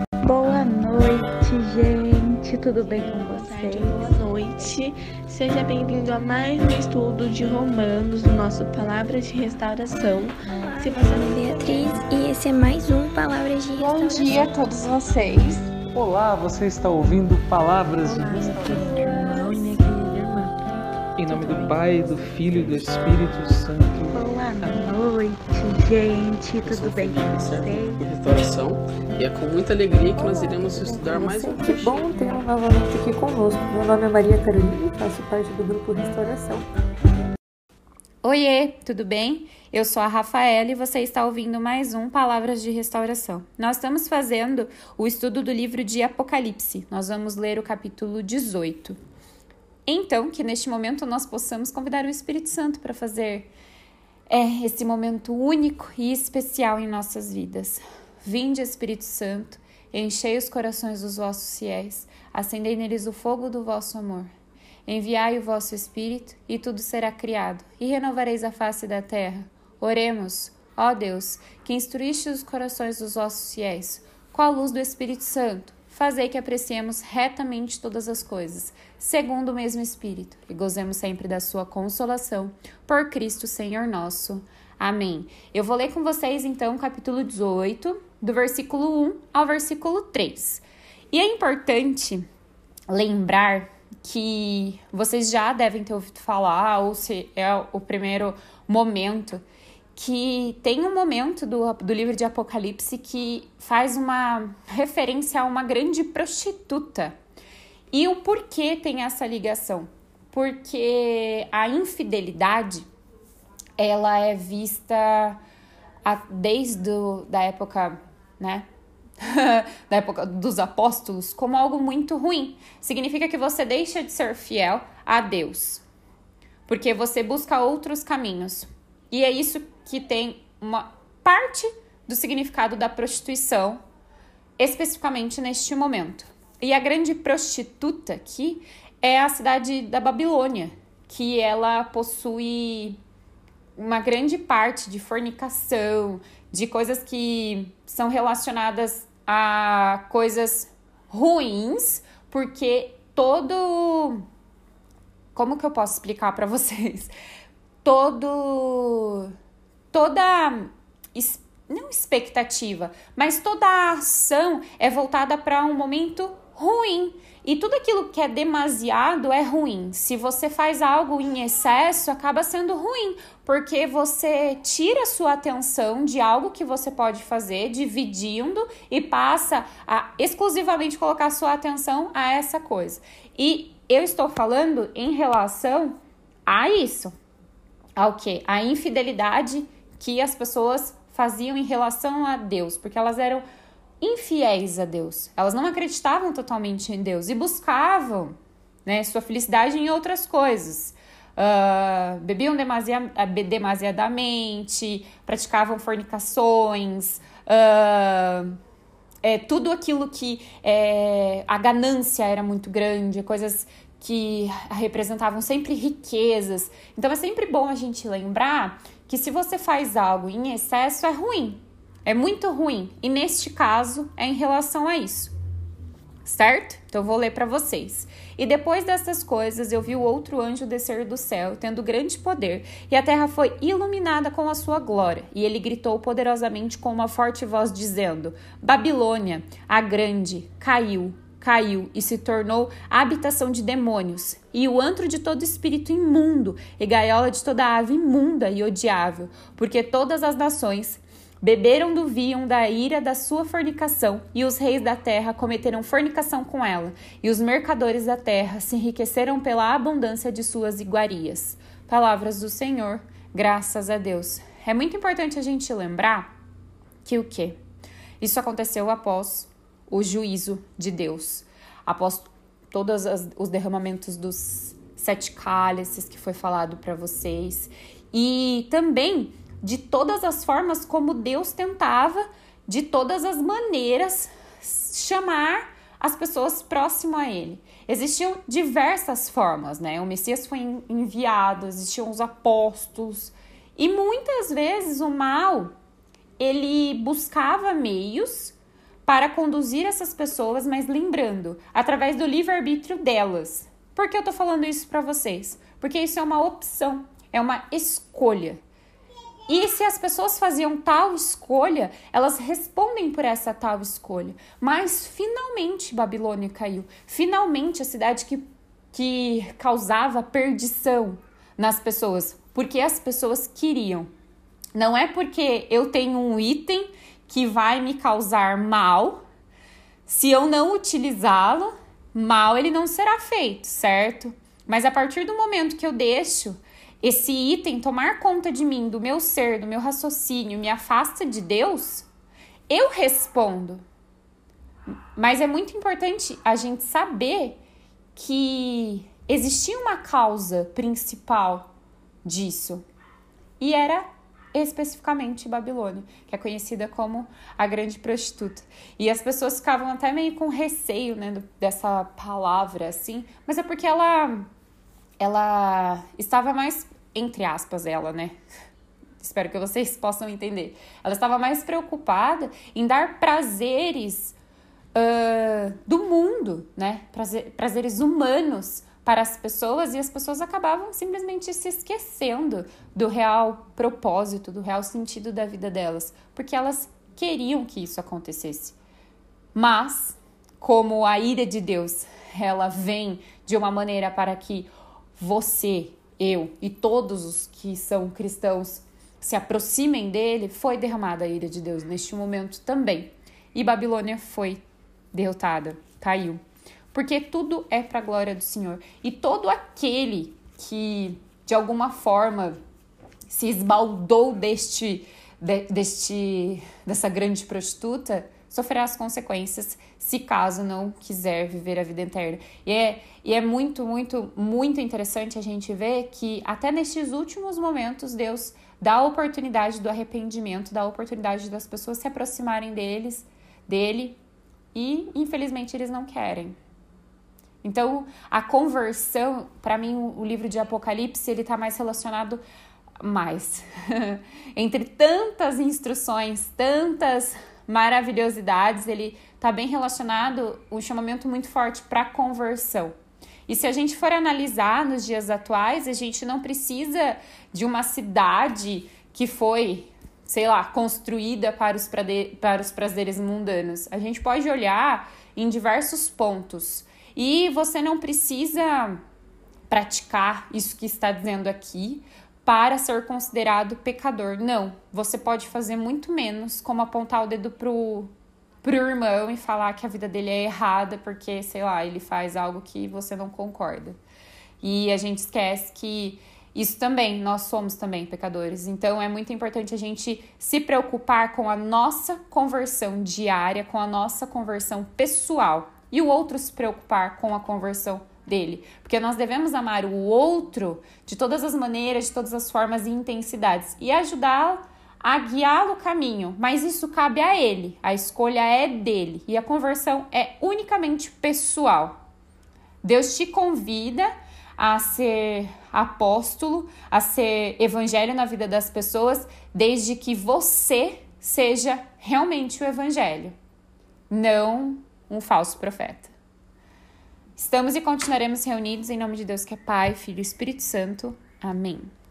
Boa noite, gente. Tudo bem com Boa vocês? tarde, boa noite. Seja bem-vindo a mais um estudo de Romanos do nosso Palavras de Restauração. Se você não Beatriz e esse é mais um Palavras de Restauração. Bom dia a todos vocês. Olá, você está ouvindo Palavras de Olá, minha Restauração. querida irmã e minha querida irmã. Em nome do Pai, do Filho e do Espírito Santo. Boa noite, gente. Eu sou Tudo bem com Felipe, servo vocês? de Restauração, e é com muita alegria que nós iremos estudar mais um Que bom tê-lo novamente aqui conosco. Meu nome é Maria Carolina e faço parte do grupo Restauração. Oiê, tudo bem? Eu sou a Rafaela e você está ouvindo mais um Palavras de Restauração. Nós estamos fazendo o estudo do livro de Apocalipse. Nós vamos ler o capítulo 18. Então, que neste momento nós possamos convidar o Espírito Santo para fazer esse momento único e especial em nossas vidas. Vinde, Espírito Santo, enchei os corações dos vossos fiéis, acendei neles o fogo do vosso amor. Enviai o vosso Espírito, e tudo será criado, e renovareis a face da terra. Oremos, ó Deus, que instruíste os corações dos vossos fiéis, com a luz do Espírito Santo, fazei que apreciemos retamente todas as coisas, segundo o mesmo Espírito, e gozemos sempre da sua consolação, por Cristo Senhor nosso. Amém. Eu vou ler com vocês, então, o capítulo 18, do versículo 1 ao versículo 3. E é importante lembrar que vocês já devem ter ouvido falar, ou se é o primeiro momento, que tem um momento do livro de Apocalipse que faz uma referência a uma grande prostituta. E o porquê tem essa ligação? Porque a infidelidade, ela é vista desde da época, né? Da época dos apóstolos, como algo muito ruim. Significa que você deixa de ser fiel a Deus, porque você busca outros caminhos. E é isso que tem uma parte do significado da prostituição, especificamente neste momento. E a grande prostituta aqui é a cidade da Babilônia, que ela possui uma grande parte de fornicação, de coisas que são relacionadas a coisas ruins, porque como que eu posso explicar para vocês? Toda não expectativa, mas toda a ação é voltada para um momento ruim. E tudo aquilo que é demasiado é ruim. Se você faz algo em excesso, acaba sendo ruim, porque você tira a sua atenção de algo que você pode fazer, dividindo, e passa a exclusivamente colocar a sua atenção a essa coisa. E eu estou falando em relação a isso. Ao quê? A infidelidade que as pessoas faziam em relação a Deus, porque elas eram infiéis a Deus. Elas não acreditavam totalmente em Deus e buscavam, né, sua felicidade em outras coisas. Bebiam demasiadamente, praticavam fornicações, tudo aquilo que a ganância era muito grande, coisas que representavam sempre riquezas. Então é sempre bom a gente lembrar que se você faz algo em excesso é ruim. É muito ruim, e neste caso é em relação a isso, certo? Então eu vou ler para vocês. E depois dessas coisas eu vi o outro anjo descer do céu, tendo grande poder, e a terra foi iluminada com a sua glória. E ele gritou poderosamente com uma forte voz, dizendo: Babilônia, a grande, caiu e se tornou a habitação de demônios, e o antro de todo espírito imundo, e gaiola de toda ave imunda e odiável, porque todas as nações beberam do vinho da ira da sua fornicação, e os reis da terra cometeram fornicação com ela, e os mercadores da terra se enriqueceram pela abundância de suas iguarias. Palavras do Senhor, graças a Deus. É muito importante a gente lembrar que o quê? Isso aconteceu após o juízo de Deus, após todos os derramamentos dos 7 cálices que foi falado para vocês, e também de todas as formas como Deus tentava, de todas as maneiras, chamar as pessoas próximo a Ele. Existiam diversas formas, né? O Messias foi enviado, existiam os apóstolos, e muitas vezes o mal, ele buscava meios para conduzir essas pessoas, mas lembrando, através do livre-arbítrio delas. Por que eu tô falando isso para vocês? Porque isso é uma opção, é uma escolha. E se as pessoas faziam tal escolha, elas respondem por essa tal escolha. Mas finalmente Babilônia caiu. Finalmente a cidade que causava perdição nas pessoas. Porque as pessoas queriam. Não é porque eu tenho um item que vai me causar mal. Se eu não utilizá-lo, mal ele não será feito, certo? Mas a partir do momento que eu deixo esse item tomar conta de mim, do meu ser, do meu raciocínio, me afasta de Deus, eu respondo. Mas é muito importante a gente saber que existia uma causa principal disso. E era especificamente Babilônia, que é conhecida como a grande prostituta. E as pessoas ficavam até meio com receio, né, dessa palavra, assim, mas é porque ela estava mais, entre aspas, né? Espero que vocês possam entender. Ela estava mais preocupada em dar prazeres do mundo, né? Prazeres humanos para as pessoas, e as pessoas acabavam simplesmente se esquecendo do real propósito, do real sentido da vida delas, porque elas queriam que isso acontecesse. Mas, como a ira de Deus, ela vem de uma maneira para que você, eu e todos os que são cristãos se aproximem dele, foi derramada a ira de Deus neste momento também. E Babilônia foi derrotada, caiu. Porque tudo é para a glória do Senhor. E todo aquele que, de alguma forma, se esbaldou dessa grande prostituta, sofrerá as consequências se caso não quiser viver a vida eterna. E é muito, muito, muito interessante a gente ver que até nestes últimos momentos Deus dá a oportunidade do arrependimento, dá a oportunidade das pessoas se aproximarem dele e infelizmente eles não querem. Então a conversão, para mim o livro de Apocalipse, ele está mais relacionado entre tantas instruções, tantas maravilhosidades, ele está bem relacionado, um chamamento muito forte para a conversão. E se a gente for analisar nos dias atuais, a gente não precisa de uma cidade que foi, sei lá, construída para os prazeres mundanos. A gente pode olhar em diversos pontos. E você não precisa praticar isso que está dizendo aqui para ser considerado pecador. Não, você pode fazer muito menos, como apontar o dedo pro irmão e falar que a vida dele é errada porque, sei lá, ele faz algo que você não concorda. E a gente esquece que isso também, nós somos também pecadores. Então é muito importante a gente se preocupar com a nossa conversão diária, com a nossa conversão pessoal. E o outro se preocupar com a conversão dele. Porque nós devemos amar o outro de todas as maneiras, de todas as formas e intensidades. E ajudá-lo a guiá-lo o caminho. Mas isso cabe a ele. A escolha é dele. E a conversão é unicamente pessoal. Deus te convida a ser apóstolo, a ser evangelho na vida das pessoas, desde que você seja realmente o evangelho. Não um falso profeta. Estamos e continuaremos reunidos em nome de Deus que é Pai, Filho e Espírito Santo. Amém.